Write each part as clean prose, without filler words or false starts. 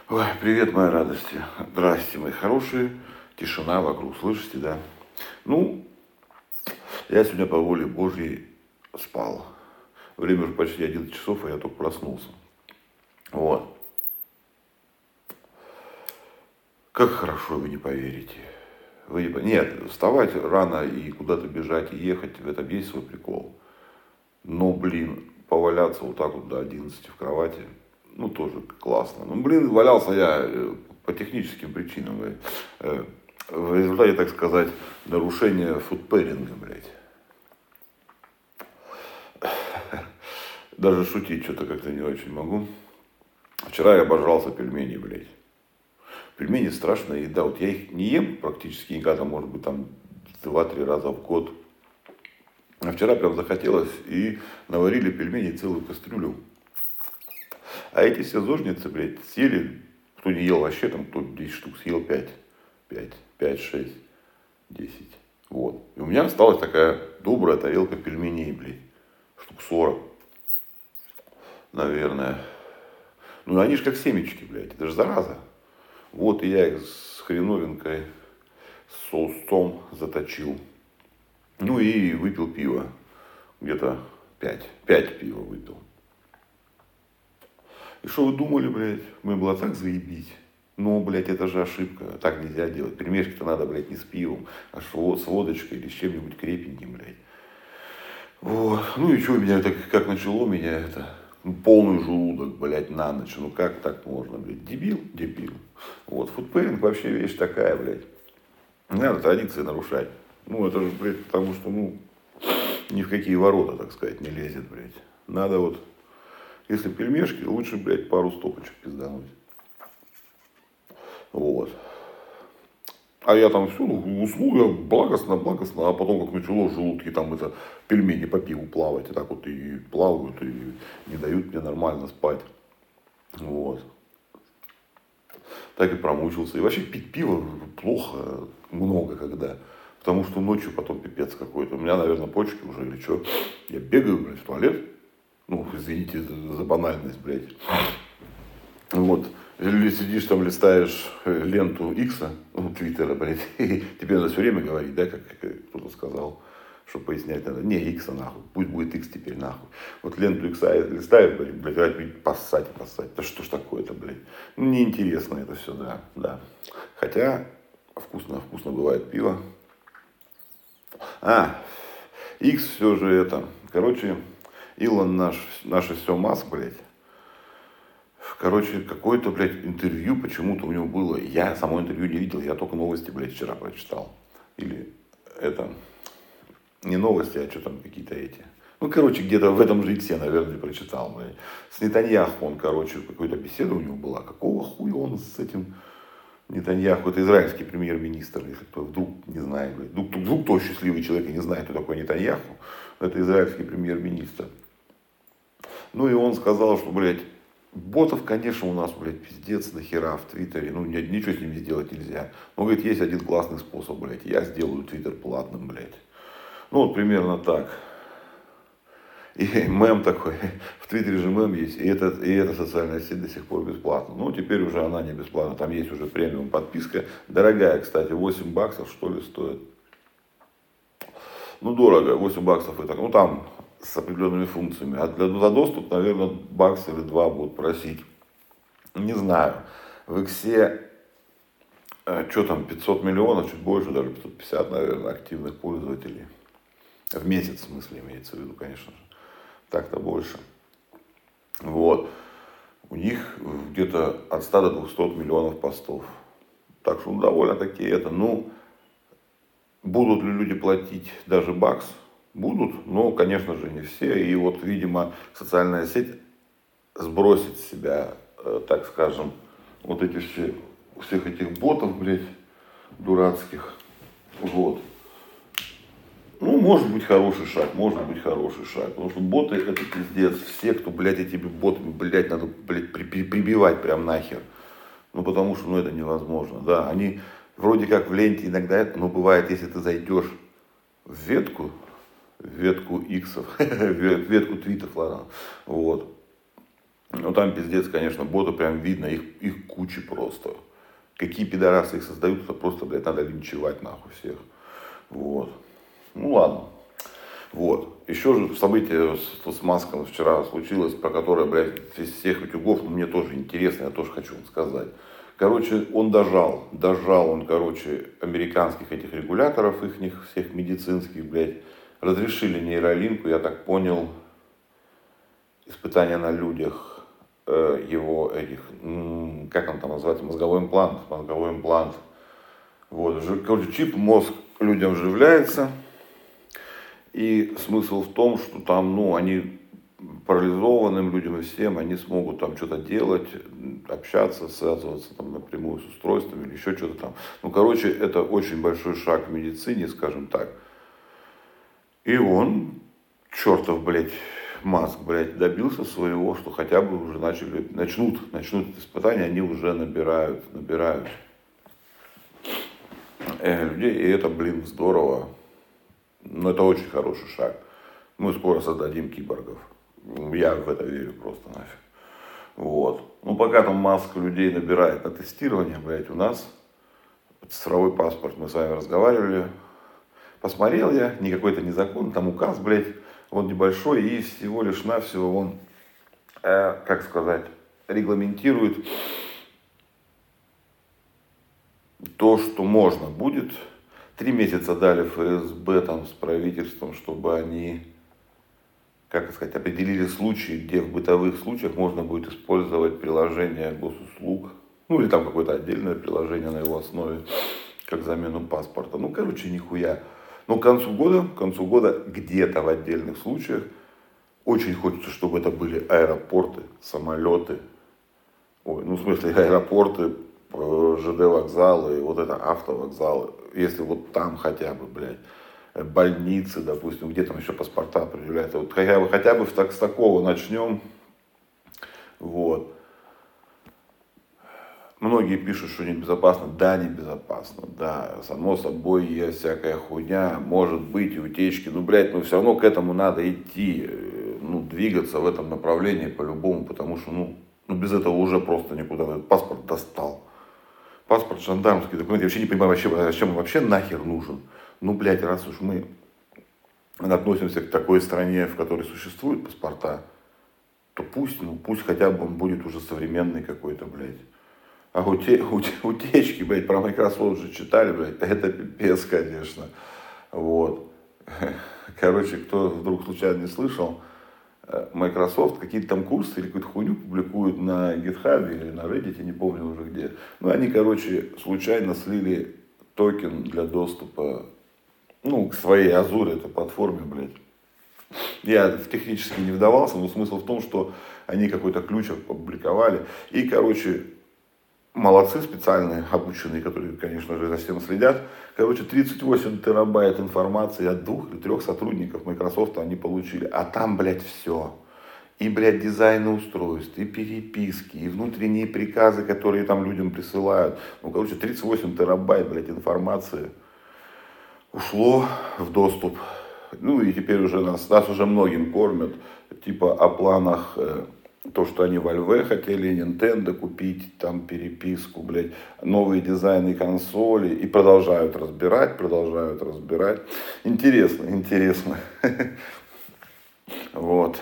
Ой, привет, мои радости. Здрасте, мои хорошие. Тишина вокруг, слышите, да? Ну, я сегодня по воле Божьей спал. Время уже почти 11 часов, а я только проснулся. Вот. Как хорошо, вы не поверите. Нет, вставать рано и куда-то бежать и ехать, в этом есть свой прикол. Но, блин, поваляться вот так вот до 11 в кровати, ну, тоже классно. Ну, блин, валялся я по техническим причинам. В результате, так сказать, нарушения фудпэринга, блядь. Даже шутить что-то как-то не очень могу. Вчера я обожрался пельменей, блядь. Пельмени страшная еда. Вот я их не ем практически никогда, может быть, там 2-3 раза в год. А вчера прям захотелось и наварили пельмени целую кастрюлю. А эти все зожницы, блядь, съели, кто не ел вообще, там, кто 10 штук съел, 5, 6, 10. Вот. И у меня осталась такая добрая тарелка пельменей, блядь. Штук 40, наверное. Ну, они же как семечки, блядь, это же зараза. Вот, и я их с хреновинкой, с соусом заточил. Ну, и выпил пиво. Где-то 5 пива выпил. И что вы думали, блядь? Мне было так заебись. Но, блядь, это же ошибка. Так нельзя делать. Пельмешки-то надо, блядь, не с пивом, а с водочкой или с чем-нибудь крепеньким, блядь. Вот. Ну и что, меня это как начало, меня это полный желудок, блядь, на ночь. Ну как так можно, блядь? Дебил. Вот. Фудпэринг вообще вещь такая, блядь. Не надо традиции нарушать. Ну, это же, блядь, потому что, ну, ни в какие ворота, так сказать, не лезет, блядь. Надо вот, если пельмешки, лучше, блядь, пару стопочек пиздануть. Вот. А я там все, уснул я благостно, а потом как начало в желудке там это пельмени по пиву плавать, и так вот и плавают, и не дают мне нормально спать. Вот. Так и промучился. И вообще пить пиво плохо, много когда. Потому что ночью потом пипец какой-то. У меня, наверное, почки уже или что. Я бегаю, блядь, в туалет. Ну, извините за банальность, блядь. Вот. Или сидишь там, листаешь ленту Икса, ну, Твиттера, блядь, и тебе надо все время говорить, да, как кто-то сказал, что пояснять надо. Не, Икса нахуй, пусть будет Икс теперь нахуй. Вот ленту Икса листаешь, блядь, поссать. Да что ж такое-то, блядь. Ну, неинтересно это все, да. Хотя, вкусно бывает пиво. Икс все же это, короче, Илон наше все Маск, блядь. Короче, какое-то, блядь, интервью почему-то у него было. Я само интервью не видел, я только новости, блядь, вчера прочитал. Или это, не новости, а что там какие-то эти. Ну, короче, где-то в этом же иксе, наверное, прочитал, блядь. С Нетаньяху он, короче, какая-то беседа у него была. Какого хуя он с этим Нетаньяху? Это израильский премьер-министр, если кто вдруг не знает, блядь. Вдруг кто счастливый человек и не знает, кто такой Нетаньяху. Это израильский премьер-министр. Ну, и он сказал, что, блядь, ботов, конечно, у нас, блядь, пиздец нахера в Твиттере. Ну, ничего с ними сделать нельзя. Но, говорит, есть один классный способ, блядь. Я сделаю Твиттер платным, блядь. Ну, вот примерно так. И мем такой. В Твиттере же мем есть. И эта социальная сеть до сих пор бесплатна. Ну, теперь уже она не бесплатна. Там есть уже премиум подписка. Дорогая, кстати, $8, что ли, стоит. Ну, дорого. $8 это, ну, там с определенными функциями. А за доступ, наверное, бакс или 2 будут просить. Не знаю. В Иксе, что там, 500 миллионов, чуть больше, даже 550, наверное, активных пользователей. В месяц, в смысле, имеется в виду, конечно же. Так-то больше. Вот. У них где-то от 100 до 200 миллионов постов. Так что, ну, довольно-таки это, ну, будут ли люди платить даже бакс? Будут, но, конечно же, не все. И вот, видимо, социальная сеть сбросит с себя, так скажем, вот эти всех этих ботов, блядь, дурацких. Вот. Ну, может быть хороший шаг. Потому что боты это пиздец. Все, кто, блядь, этими ботами, блядь, надо, блядь, прибивать прям нахер. Ну, потому что, ну, это невозможно. Да, они вроде как в ленте иногда, но бывает, если ты зайдешь в ветку иксов, ветку твитов, ладно, вот, Ну там пиздец, конечно, боты прям видно, их кучи просто. Какие пидорасы их создают, это просто, блядь, надо линчевать нахуй всех. Вот. Ну ладно. Вот. Еще же событие с Маском вчера случилось, про которое, блядь, из всех утюгов, ну, мне тоже интересно, я тоже хочу вам сказать. Короче, он дожал он, короче, американских этих регуляторов, их всех медицинских, блядь, разрешили нейролинку, я так понял, испытания на людях, его этих, как он там называется, мозговой имплант. Вот, короче, чип в мозг людям вживляется, и смысл в том, что там, ну, они парализованным людям и всем, они смогут там что-то делать, общаться, связываться там напрямую с устройством или еще что-то там. Ну, короче, это очень большой шаг в медицине, скажем так. И он, чертов, блядь, Маск, блядь, добился своего, что хотя бы уже начнут испытания, они уже набирают людей, и это, блин, здорово. Но это очень хороший шаг. Мы скоро создадим киборгов. Я в это верю просто нафиг. Вот. Ну, пока там Маск людей набирает на тестирование, блядь, у нас цифровой паспорт, мы с вами разговаривали. Посмотрел я, никакой это не закон, там указ, блядь, он небольшой, и всего лишь навсего он, как сказать, регламентирует то, что можно будет. 3 месяца дали ФСБ там с правительством, чтобы они, как сказать, определили случаи, где в бытовых случаях можно будет использовать приложение госуслуг, ну или там какое-то отдельное приложение на его основе, как замену паспорта. Ну, короче, нихуя. Но к концу года где-то в отдельных случаях очень хочется, чтобы это были аэропорты, самолеты, ну, в смысле, аэропорты, ЖД вокзалы, вот это автовокзалы, если вот там хотя бы, блядь, больницы, допустим, где там еще паспорта предъявляются, вот хотя бы с такого начнем, вот. Многие пишут, что небезопасно. Да, небезопасно, да, само собой есть всякая хуйня, может быть и утечки, ну, блядь, но все равно к этому надо идти, ну, двигаться в этом направлении по-любому, потому что, ну, без этого уже просто никуда. Паспорт достал. Паспорт, жандармский документ, я вообще не понимаю, зачем он вообще нахер нужен. Ну, блядь, раз уж мы относимся к такой стране, в которой существуют паспорта, то пусть хотя бы он будет уже современный какой-то, блядь. А утечки, блядь, про Microsoft же читали, блядь, это пипец, конечно. Вот. Короче, кто вдруг случайно не слышал, Microsoft какие-то там курсы или какую-то хуйню публикуют на GitHub или на Reddit, не помню уже где. Ну, они, короче, случайно слили токен для доступа, ну, к своей Azure, этой платформе, блядь. Я технически не вдавался, но смысл в том, что они какой-то ключ опубликовали. И, короче, молодцы специальные, обученные, которые, конечно же, за всем следят. Короче, 38 терабайт информации от 2 или 3 сотрудников Microsoft они получили. А там, блядь, все. И, блядь, дизайны устройств, и переписки, и внутренние приказы, которые там людям присылают. Ну, короче, 38 терабайт, блядь, информации ушло в доступ. Ну, и теперь уже нас уже многим кормят, типа, о планах, то, что они в Valve хотели, Nintendo купить, там, переписку, блядь, новые дизайны консоли, и продолжают разбирать. Интересно. Вот.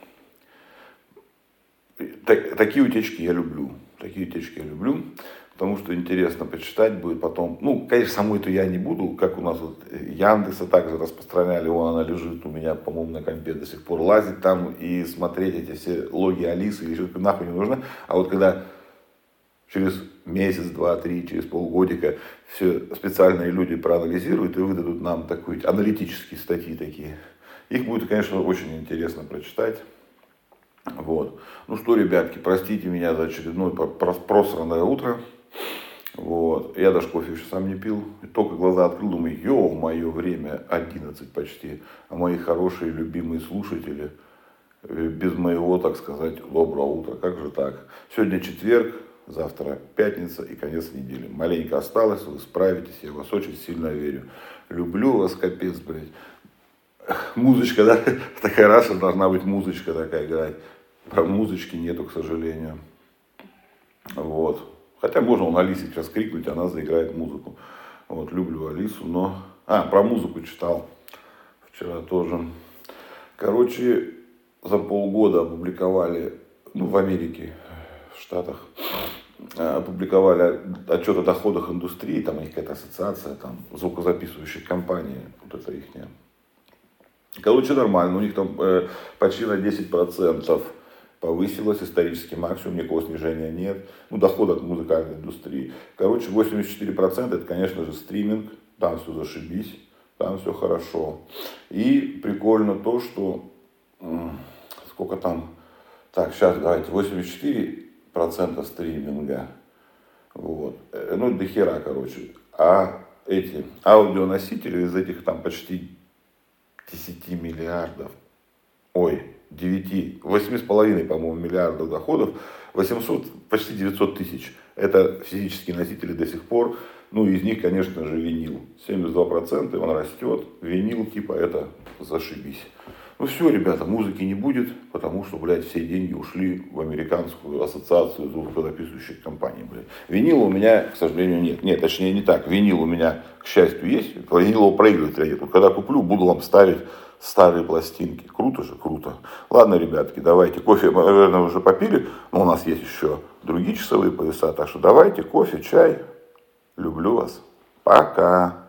Такие утечки я люблю. Потому что интересно почитать будет потом. Ну, конечно, саму эту я не буду, как у нас вот Яндекса также распространяли, она лежит у меня, по-моему, на компе до сих пор, лазить там и смотреть эти все логи Алисы, или что-то нахуй не нужно. А вот когда через месяц, 2, 3, через полгодика все специальные люди проанализируют и выдадут нам такие аналитические статьи такие, их будет, конечно, очень интересно прочитать. Вот. Ну что, ребятки, простите меня за очередное просранное утро. Вот. Я даже кофе еще сам не пил. И только глаза открыл, думаю, ё-моё, время 11 почти. А мои хорошие, любимые слушатели, без моего, так сказать, доброго утра. Как же так? Сегодня четверг, завтра пятница и конец недели. Маленько осталось, вы справитесь, я вас очень сильно верю. Люблю вас, капец, блядь. Музычка, да? Такая Раша должна быть музычка такая играть. Про музычки нету, к сожалению. Вот. Хотя можно на Алисе сейчас крикнуть, она заиграет музыку. Вот, люблю Алису, но... про музыку читал вчера тоже. Короче, за полгода опубликовали, в Америке, в Штатах, опубликовали отчет о доходах индустрии, там у них какая-то ассоциация, там, звукозаписывающих компаний, вот это их. Короче, нормально, у них там почти на 10% повысилось, исторический максимум, никакого снижения нет. Доход от музыкальной индустрии. Короче, 84% это, конечно же, стриминг, там все зашибись, там все хорошо. И прикольно то, что, сколько там, так, сейчас давайте, 84% стриминга, вот, до хера, короче. А эти аудионосители из этих там почти 10 миллиардов, 8,5, по-моему, миллиардов доходов, 800, почти 900 тысяч. Это физические носители до сих пор. Из них, конечно же, винил. 72%, он растет. Винил, типа, это зашибись. Все, ребята, музыки не будет, потому что, все деньги ушли в американскую ассоциацию звукозаписывающих компаний, Винила у меня, к сожалению, нет. Нет, точнее, не так. Винил у меня, к счастью, есть. Винилового проигрывателя нет. Когда куплю, буду вам ставить старые пластинки. Круто же, круто. Ладно, ребятки, давайте. Кофе мы, наверное, уже попили, но у нас есть еще другие часовые пояса. Так что давайте кофе, чай. Люблю вас. Пока.